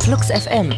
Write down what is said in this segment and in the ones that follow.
Flux FM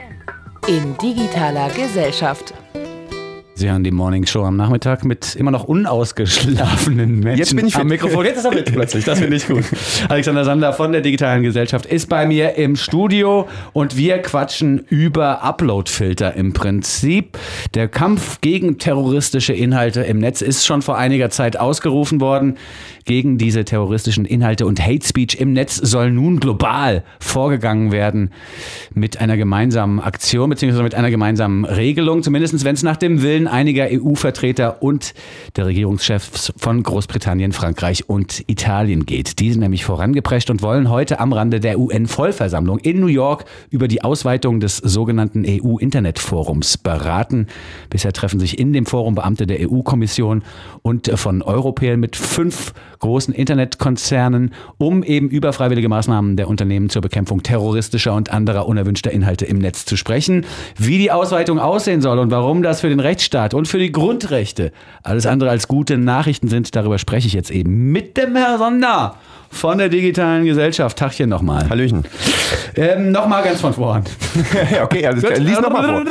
in digitaler Gesellschaft. Sie hören die Morning Show am Nachmittag mit immer noch unausgeschlafenen Menschen. Jetzt bin ich am Mikrofon. Jetzt ist er fit plötzlich. Das finde ich gut. Alexander Sander von der digitalen Gesellschaft ist bei mir im Studio und wir quatschen über Uploadfilter im Prinzip. Der Kampf gegen terroristische Inhalte im Netz ist schon vor einiger Zeit ausgerufen worden. Gegen diese terroristischen Inhalte und Hate Speech im Netz soll nun global vorgegangen werden mit einer gemeinsamen Aktion bzw. mit einer gemeinsamen Regelung, zumindest wenn es nach dem Willen einiger EU-Vertreter und der Regierungschefs von Großbritannien, Frankreich und Italien geht. Die sind nämlich vorangeprescht und wollen heute am Rande der UN-Vollversammlung in New York über die Ausweitung des sogenannten EU-Internetforums beraten. Bisher treffen sich in dem Forum Beamte der EU-Kommission und von Europol mit 5 großen Internetkonzernen, um eben über freiwillige Maßnahmen der Unternehmen zur Bekämpfung terroristischer und anderer unerwünschter Inhalte im Netz zu sprechen. Wie die Ausweitung aussehen soll und warum das für den Rechtsstaat und für die Grundrechte alles andere als gute Nachrichten sind, darüber spreche ich jetzt eben mit dem Herrn Sander von der digitalen Gesellschaft. Tagchen nochmal. Hallöchen. Nochmal ganz von vorn. Okay, also lies nochmal vor.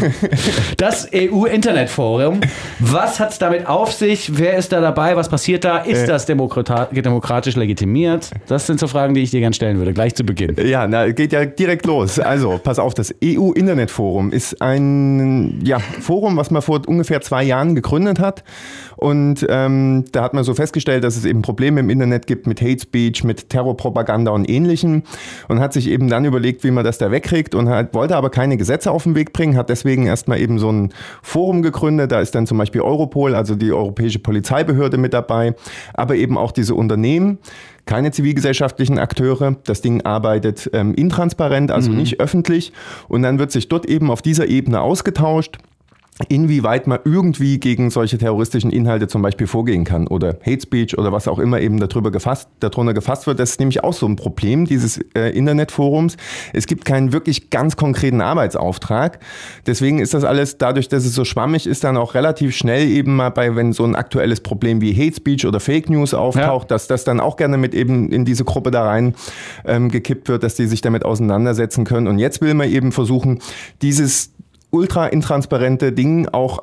Das EU-Internetforum. Was hat es damit auf sich? Wer ist da dabei? Was passiert da? Ist das demokratisch legitimiert? Das sind so Fragen, die ich dir gerne stellen würde, gleich zu Beginn. Ja, geht ja direkt los. Also, pass auf, das EU-Internetforum ist ein Forum, was man vor ungefähr 2 Jahren gegründet hat. Und da hat man so festgestellt, dass es eben Probleme im Internet gibt mit Hate Speech, mit Terrorpropaganda und Ähnlichem. Und hat sich eben dann überlegt, wie man das da wegkriegt und wollte aber keine Gesetze auf den Weg bringen, hat deswegen erstmal eben so ein Forum gegründet. Da ist dann zum Beispiel Europol, also die Europäische Polizeibehörde mit dabei, aber eben auch diese Unternehmen. Keine zivilgesellschaftlichen Akteure. Das Ding arbeitet intransparent, also nicht öffentlich. Und dann wird sich dort eben auf dieser Ebene ausgetauscht, inwieweit man irgendwie gegen solche terroristischen Inhalte zum Beispiel vorgehen kann oder Hate Speech oder was auch immer eben darunter gefasst wird. Das ist nämlich auch so ein Problem dieses Internetforums. Es gibt keinen wirklich ganz konkreten Arbeitsauftrag. Deswegen ist das alles, dadurch, dass es so schwammig ist, dann auch relativ schnell eben mal wenn so ein aktuelles Problem wie Hate Speech oder Fake News auftaucht, dass das dann auch gerne mit eben in diese Gruppe da rein gekippt wird, dass die sich damit auseinandersetzen können. Und jetzt will man eben versuchen, dieses ultra intransparente Ding auch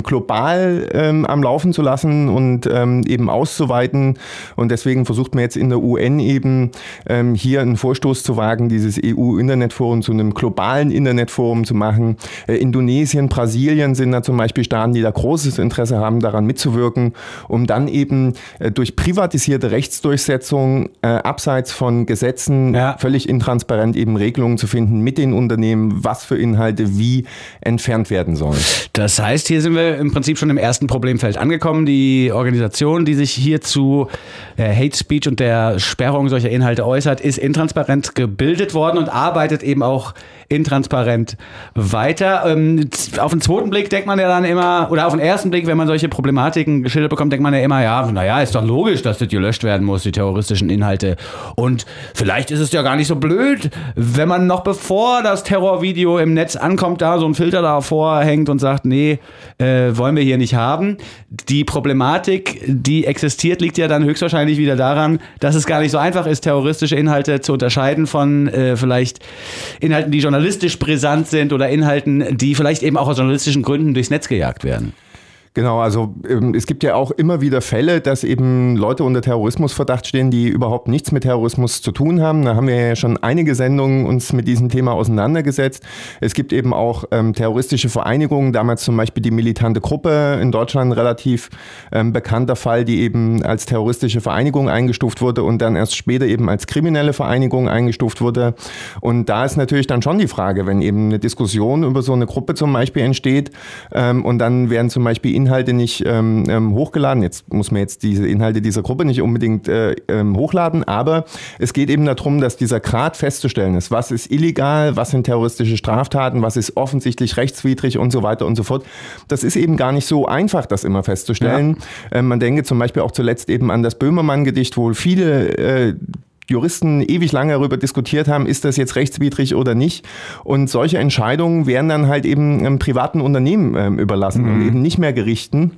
global am Laufen zu lassen und eben auszuweiten. Und deswegen versucht man jetzt in der UN eben hier einen Vorstoß zu wagen, dieses EU-Internetforum zu einem globalen Internetforum zu machen. Indonesien, Brasilien sind da zum Beispiel Staaten, die da großes Interesse haben, daran mitzuwirken, um dann eben durch privatisierte Rechtsdurchsetzung abseits von Gesetzen völlig intransparent eben Regelungen zu finden mit den Unternehmen, was für Inhalte wie entfernt werden sollen. Das heißt, hier sind wir im Prinzip schon im ersten Problemfeld angekommen. Die Organisation, die sich hier zu Hate Speech und der Sperrung solcher Inhalte äußert, ist intransparent gebildet worden und arbeitet eben auch intransparent weiter. Auf den zweiten Blick denkt man ja dann immer, oder auf den ersten Blick, wenn man solche Problematiken geschildert bekommt, denkt man ja immer, ist doch logisch, dass das gelöscht werden muss, die terroristischen Inhalte. Und vielleicht ist es ja gar nicht so blöd, wenn man noch bevor das Terrorvideo im Netz ankommt, da so ein Filter davor hängt und sagt, nee, wollen wir hier nicht haben. Die Problematik, die existiert, liegt ja dann höchstwahrscheinlich wieder daran, dass es gar nicht so einfach ist, terroristische Inhalte zu unterscheiden von vielleicht Inhalten, die journalistisch brisant sind oder Inhalten, die vielleicht eben auch aus journalistischen Gründen durchs Netz gejagt werden. Genau, also es gibt ja auch immer wieder Fälle, dass eben Leute unter Terrorismusverdacht stehen, die überhaupt nichts mit Terrorismus zu tun haben. Da haben wir ja schon einige Sendungen uns mit diesem Thema auseinandergesetzt. Es gibt eben auch terroristische Vereinigungen, damals zum Beispiel die militante Gruppe in Deutschland, ein relativ bekannter Fall, die eben als terroristische Vereinigung eingestuft wurde und dann erst später eben als kriminelle Vereinigung eingestuft wurde. Und da ist natürlich dann schon die Frage, wenn eben eine Diskussion über so eine Gruppe zum Beispiel entsteht und dann werden zum Beispiel Inhalte nicht hochgeladen. Jetzt muss man diese Inhalte dieser Gruppe nicht unbedingt hochladen, aber es geht eben darum, dass dieser Grad festzustellen ist. Was ist illegal, was sind terroristische Straftaten, was ist offensichtlich rechtswidrig und so weiter und so fort. Das ist eben gar nicht so einfach, das immer festzustellen. Ja. Man denke zum Beispiel auch zuletzt eben an das Böhmermann-Gedicht, wo viele Juristen ewig lange darüber diskutiert haben, ist das jetzt rechtswidrig oder nicht. Und solche Entscheidungen werden dann halt eben privaten Unternehmen überlassen und eben nicht mehr Gerichten.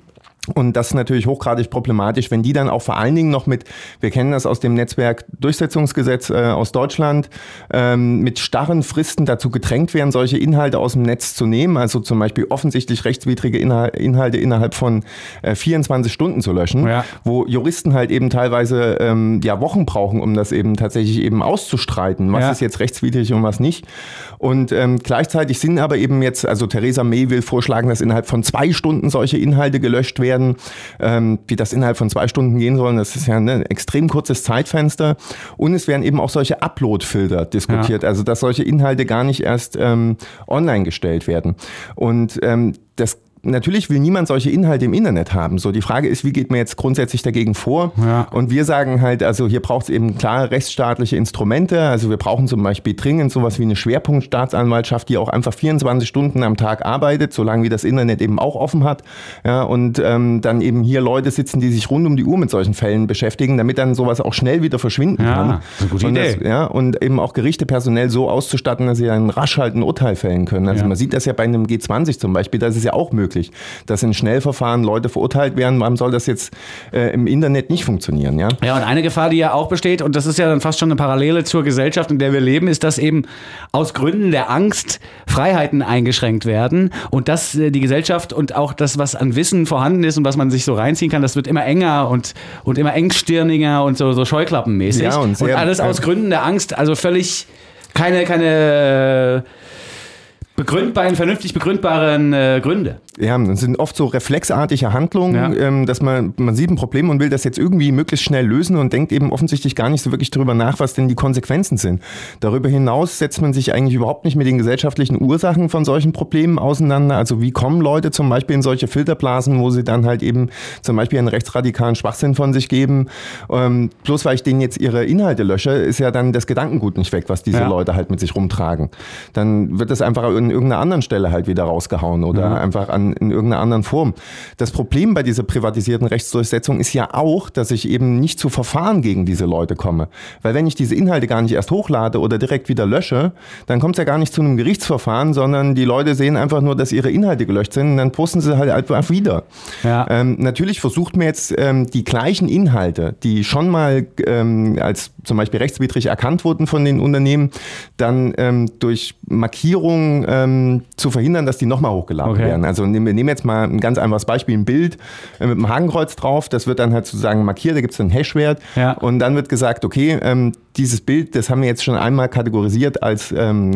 Und das ist natürlich hochgradig problematisch, wenn die dann auch vor allen Dingen noch wir kennen das aus dem Netzwerkdurchsetzungsgesetz aus Deutschland, mit starren Fristen dazu gedrängt werden, solche Inhalte aus dem Netz zu nehmen, also zum Beispiel offensichtlich rechtswidrige Inhalte innerhalb von 24 Stunden zu löschen, wo Juristen halt eben teilweise Wochen brauchen, um das eben tatsächlich eben auszustreiten, was ist jetzt rechtswidrig und was nicht. Und gleichzeitig sind aber eben jetzt, also Theresa May will vorschlagen, dass innerhalb von 2 Stunden solche Inhalte gelöscht werden. Wie das innerhalb von 2 Stunden gehen soll, das ist ja ein extrem kurzes Zeitfenster. Und es werden eben auch solche Upload-Filter diskutiert, also dass solche Inhalte gar nicht erst online gestellt werden. Und natürlich will niemand solche Inhalte im Internet haben. So, die Frage ist, wie geht man jetzt grundsätzlich dagegen vor? Ja. Und wir sagen halt, also hier braucht es eben klare rechtsstaatliche Instrumente. Also wir brauchen zum Beispiel dringend sowas wie eine Schwerpunktstaatsanwaltschaft, die auch einfach 24 Stunden am Tag arbeitet, solange wie das Internet eben auch offen hat. Ja, und dann eben hier Leute sitzen, die sich rund um die Uhr mit solchen Fällen beschäftigen, damit dann sowas auch schnell wieder verschwinden kann. Das ist eine gute Idee. Und eben auch Gerichte personell so auszustatten, dass sie dann rasch halt ein Urteil fällen können. Also man sieht das ja bei einem G20 zum Beispiel, das ist ja auch möglich, dass in Schnellverfahren Leute verurteilt werden. Warum soll das jetzt im Internet nicht funktionieren? Ja, und eine Gefahr, die ja auch besteht, und das ist ja dann fast schon eine Parallele zur Gesellschaft, in der wir leben, ist, dass eben aus Gründen der Angst Freiheiten eingeschränkt werden und dass die Gesellschaft und auch das, was an Wissen vorhanden ist und was man sich so reinziehen kann, das wird immer enger und immer engstirniger und so scheuklappenmäßig. Ja, und alles aus Gründen der Angst, also völlig keine vernünftig begründbaren Gründe. Ja, das sind oft so reflexartige Handlungen, dass man sieht ein Problem und will das jetzt irgendwie möglichst schnell lösen und denkt eben offensichtlich gar nicht so wirklich darüber nach, was denn die Konsequenzen sind. Darüber hinaus setzt man sich eigentlich überhaupt nicht mit den gesellschaftlichen Ursachen von solchen Problemen auseinander. Also wie kommen Leute zum Beispiel in solche Filterblasen, wo sie dann halt eben zum Beispiel einen rechtsradikalen Schwachsinn von sich geben. Bloß weil ich denen jetzt ihre Inhalte lösche, ist ja dann das Gedankengut nicht weg, was diese Leute halt mit sich rumtragen. Dann wird das einfach in irgendeiner anderen Stelle halt wieder rausgehauen oder einfach in irgendeiner anderen Form. Das Problem bei dieser privatisierten Rechtsdurchsetzung ist ja auch, dass ich eben nicht zu Verfahren gegen diese Leute komme. Weil wenn ich diese Inhalte gar nicht erst hochlade oder direkt wieder lösche, dann kommt es ja gar nicht zu einem Gerichtsverfahren, sondern die Leute sehen einfach nur, dass ihre Inhalte gelöscht sind und dann posten sie halt einfach wieder. Ja. Natürlich versucht man jetzt die gleichen Inhalte, die schon mal als zum Beispiel rechtswidrig erkannt wurden von den Unternehmen, dann durch Markierungen zu verhindern, dass die nochmal hochgeladen werden. Also wir nehmen jetzt mal ein ganz einfaches Beispiel, ein Bild mit einem Hakenkreuz drauf, das wird dann halt sozusagen markiert, da gibt es einen Hashwert und dann wird gesagt, okay, dieses Bild, das haben wir jetzt schon einmal kategorisiert als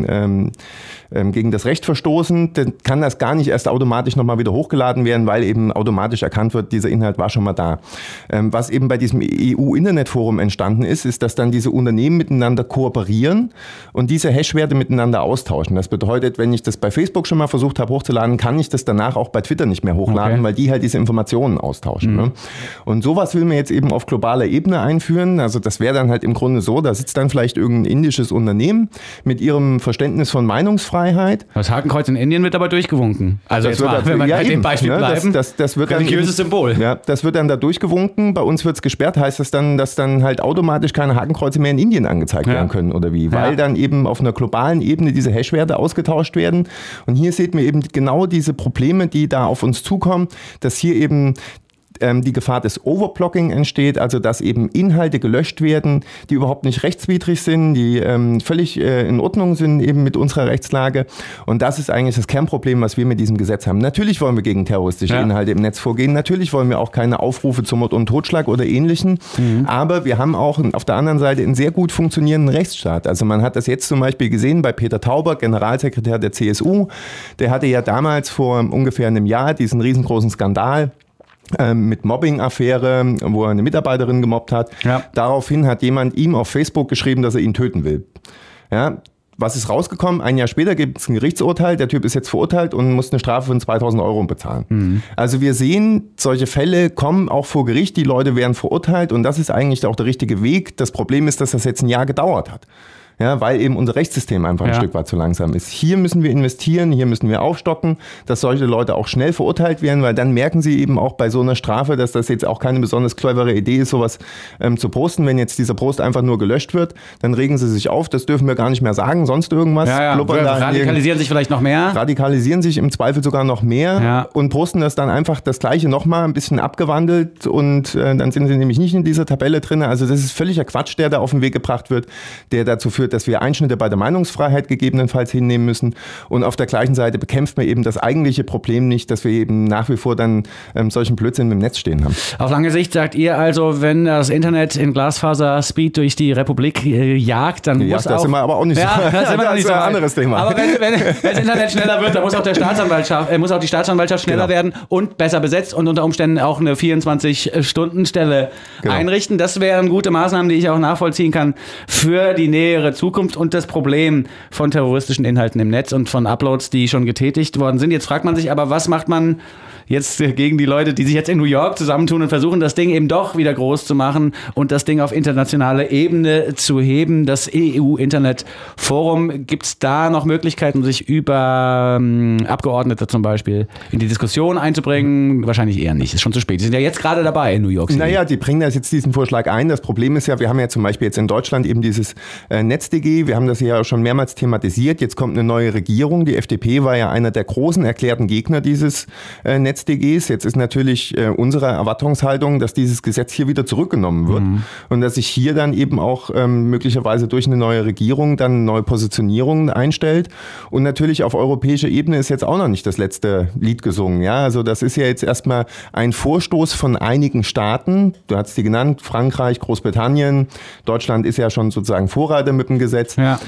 gegen das Recht verstoßen, dann kann das gar nicht erst automatisch nochmal wieder hochgeladen werden, weil eben automatisch erkannt wird, dieser Inhalt war schon mal da. Was eben bei diesem EU-Internetforum entstanden ist, dass dann diese Unternehmen miteinander kooperieren und diese Hashwerte miteinander austauschen. Das bedeutet, wenn ich das bei Facebook schon mal versucht habe hochzuladen, kann ich das danach auch bei Twitter nicht mehr hochladen, weil die halt diese Informationen austauschen. Ne? Und sowas will man jetzt eben auf globaler Ebene einführen. Also das wäre dann halt im Grunde so, da sitzt dann vielleicht irgendein indisches Unternehmen mit ihrem Verständnis von Meinungsfreiheit. Das Hakenkreuz in Indien wird aber durchgewunken. Also jetzt mal, wenn wir bei dem Beispiel bleiben, das wird religiöses Symbol. Ja, das wird dann da durchgewunken. Bei uns wird es gesperrt. Heißt das dann, dass dann halt automatisch keine Hakenkreuze mehr in Indien angezeigt werden können oder wie? Weil dann eben auf einer globalen Ebene diese Hashwerte ausgetauscht werden. Und hier sieht man eben genau diese Probleme, die da auf uns zukommen, dass hier eben die Gefahr des Overblocking entsteht, also dass eben Inhalte gelöscht werden, die überhaupt nicht rechtswidrig sind, die völlig in Ordnung sind eben mit unserer Rechtslage. Und das ist eigentlich das Kernproblem, was wir mit diesem Gesetz haben. Natürlich wollen wir gegen terroristische Inhalte im Netz vorgehen, natürlich wollen wir auch keine Aufrufe zum Mord und Totschlag oder Ähnlichen, aber wir haben auch auf der anderen Seite einen sehr gut funktionierenden Rechtsstaat. Also man hat das jetzt zum Beispiel gesehen bei Peter Tauber, Generalsekretär der CSU, der hatte ja damals vor ungefähr einem Jahr diesen riesengroßen Skandal mit Mobbing-Affäre, wo er eine Mitarbeiterin gemobbt hat. Ja. Daraufhin hat jemand ihm auf Facebook geschrieben, dass er ihn töten will. Ja, was ist rausgekommen? Ein Jahr später gibt es ein Gerichtsurteil, der Typ ist jetzt verurteilt und muss eine Strafe von 2.000 € bezahlen. Also wir sehen, solche Fälle kommen auch vor Gericht, die Leute werden verurteilt und das ist eigentlich auch der richtige Weg. Das Problem ist, dass das jetzt ein Jahr gedauert hat. ja, weil eben unser Rechtssystem einfach ein Stück weit zu langsam ist. Hier müssen wir investieren, hier müssen wir aufstocken, dass solche Leute auch schnell verurteilt werden, weil dann merken sie eben auch bei so einer Strafe, dass das jetzt auch keine besonders clevere Idee ist, sowas zu posten. Wenn jetzt dieser Post einfach nur gelöscht wird, dann regen sie sich auf, das dürfen wir gar nicht mehr sagen, sonst irgendwas. Radikalisieren sich vielleicht noch mehr. Radikalisieren sich im Zweifel sogar noch mehr und posten das dann einfach das Gleiche nochmal ein bisschen abgewandelt und dann sind sie nämlich nicht in dieser Tabelle drin. Also das ist völliger Quatsch, der da auf den Weg gebracht wird, der dazu führt, dass wir Einschnitte bei der Meinungsfreiheit gegebenenfalls hinnehmen müssen und auf der gleichen Seite bekämpft man eben das eigentliche Problem nicht, dass wir eben nach wie vor dann solchen Blödsinn im Netz stehen haben. Auf lange Sicht sagt ihr also, wenn das Internet in Glasfaser-Speed durch die Republik jagt, dann muss das auch... sind wir aber auch nicht so. Das ist ein anderes Thema. Aber wenn das Internet schneller wird, dann muss auch die Staatsanwaltschaft schneller werden und besser besetzt und unter Umständen auch eine 24-Stunden-Stelle einrichten. Das wären gute Maßnahmen, die ich auch nachvollziehen kann für die nähere Zukunft und das Problem von terroristischen Inhalten im Netz und von Uploads, die schon getätigt worden sind. Jetzt fragt man sich aber, was macht man jetzt gegen die Leute, die sich jetzt in New York zusammentun und versuchen, das Ding eben doch wieder groß zu machen und das Ding auf internationale Ebene zu heben. Das EU-Internet-Forum, gibt es da noch Möglichkeiten, sich über Abgeordnete zum Beispiel in die Diskussion einzubringen? Wahrscheinlich eher nicht. Ist schon zu spät. Die sind ja jetzt gerade dabei in New York City. Naja, die bringen das jetzt diesen Vorschlag ein. Das Problem ist ja, wir haben ja zum Beispiel jetzt in Deutschland eben dieses NetzDG. Wir haben das ja schon mehrmals thematisiert. Jetzt kommt eine neue Regierung. Die FDP war ja einer der großen erklärten Gegner dieses NetzDGs. Jetzt ist natürlich unsere Erwartungshaltung, dass dieses Gesetz hier wieder zurückgenommen wird und dass sich hier dann eben auch möglicherweise durch eine neue Regierung dann neue Positionierungen einstellt. Und natürlich auf europäischer Ebene ist jetzt auch noch nicht das letzte Lied gesungen. Ja, also das ist ja jetzt erstmal ein Vorstoß von einigen Staaten. Du hast die genannt, Frankreich, Großbritannien. Deutschland ist ja schon sozusagen Vorreiter mit dem Gesetz. Ja.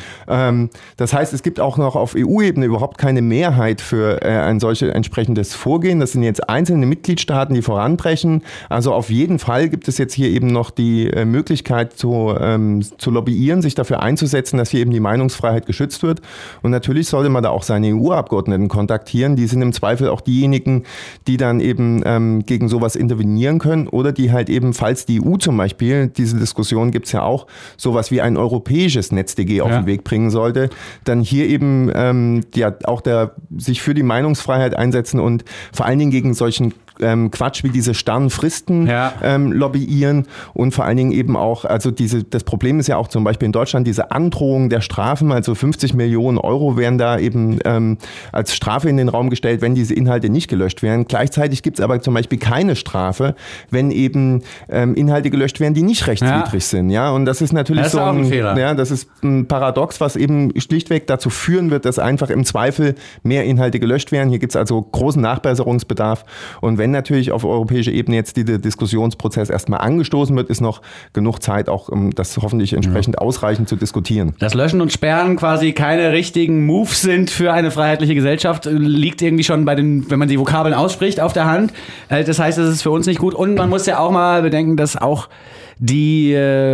Das heißt, es gibt auch noch auf EU-Ebene überhaupt keine Mehrheit für ein solches entsprechendes Vorgehen. Das sind jetzt einzelne Mitgliedstaaten, die voranbrechen. Also auf jeden Fall gibt es jetzt hier eben noch die Möglichkeit zu lobbyieren, sich dafür einzusetzen, dass hier eben die Meinungsfreiheit geschützt wird. Und natürlich sollte man da auch seine EU-Abgeordneten kontaktieren. Die sind im Zweifel auch diejenigen, die dann eben gegen sowas intervenieren können oder die halt eben, falls die EU zum Beispiel, diese Diskussion gibt es ja auch, sowas wie ein europäisches NetzDG auf den Weg bringen sollte, dann hier eben auch sich für die Meinungsfreiheit einsetzen und vor allen Dingen gegen solchen Quatsch wie diese starren Fristen lobbyieren und vor allen Dingen eben auch, also das Problem ist ja auch zum Beispiel in Deutschland diese Androhung der Strafen, also 50 Millionen Euro werden da eben als Strafe in den Raum gestellt, wenn diese Inhalte nicht gelöscht werden. Gleichzeitig gibt es aber zum Beispiel keine Strafe, wenn eben Inhalte gelöscht werden, die nicht rechtswidrig sind. Ja, und das ist natürlich das ist ein Fehler. Ja, das ist ein Paradox, was eben schlichtweg dazu führen wird, dass einfach im Zweifel mehr Inhalte gelöscht werden. Hier gibt es also großen Nachbesserungsbedarf und wenn natürlich auf europäischer Ebene jetzt dieser Diskussionsprozess erstmal angestoßen wird, ist noch genug Zeit, auch das hoffentlich entsprechend ausreichend zu diskutieren. Das Löschen und Sperren quasi keine richtigen Moves sind für eine freiheitliche Gesellschaft, liegt irgendwie schon wenn man die Vokabeln ausspricht, auf der Hand. Das heißt, es ist für uns nicht gut. Und man muss ja auch mal bedenken, dass auch die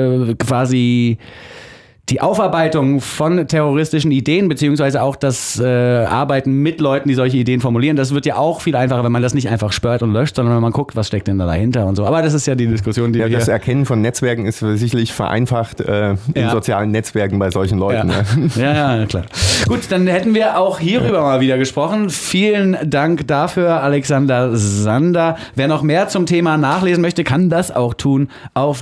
quasi die Aufarbeitung von terroristischen Ideen, beziehungsweise auch das Arbeiten mit Leuten, die solche Ideen formulieren, das wird ja auch viel einfacher, wenn man das nicht einfach sperrt und löscht, sondern wenn man guckt, was steckt denn da dahinter und so. Aber das ist ja die Diskussion, die wir das Erkennen von Netzwerken ist sicherlich vereinfacht in sozialen Netzwerken bei solchen Leuten. Ja, klar. Gut, dann hätten wir auch hierüber mal wieder gesprochen. Vielen Dank dafür, Alexander Sander. Wer noch mehr zum Thema nachlesen möchte, kann das auch tun auf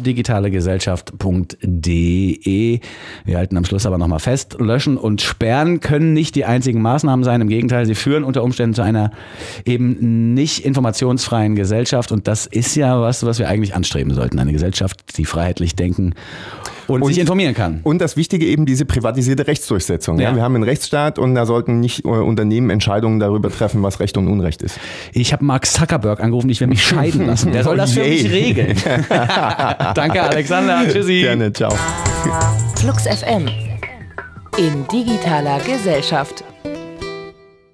digitalegesellschaft.de. Wir halten am Schluss aber nochmal fest, löschen und sperren können nicht die einzigen Maßnahmen sein. Im Gegenteil, sie führen unter Umständen zu einer eben nicht informationsfreien Gesellschaft. Und das ist ja was wir eigentlich anstreben sollten. Eine Gesellschaft, die freiheitlich denken und sich informieren kann. Und das Wichtige eben diese privatisierte Rechtsdurchsetzung. Ja. Wir haben einen Rechtsstaat und da sollten nicht Unternehmen Entscheidungen darüber treffen, was Recht und Unrecht ist. Ich habe Mark Zuckerberg angerufen, ich will mich scheiden lassen. Der soll das für mich regeln. Danke, Alexander. Tschüssi. Gerne, ciao. Flux FM in digitaler Gesellschaft.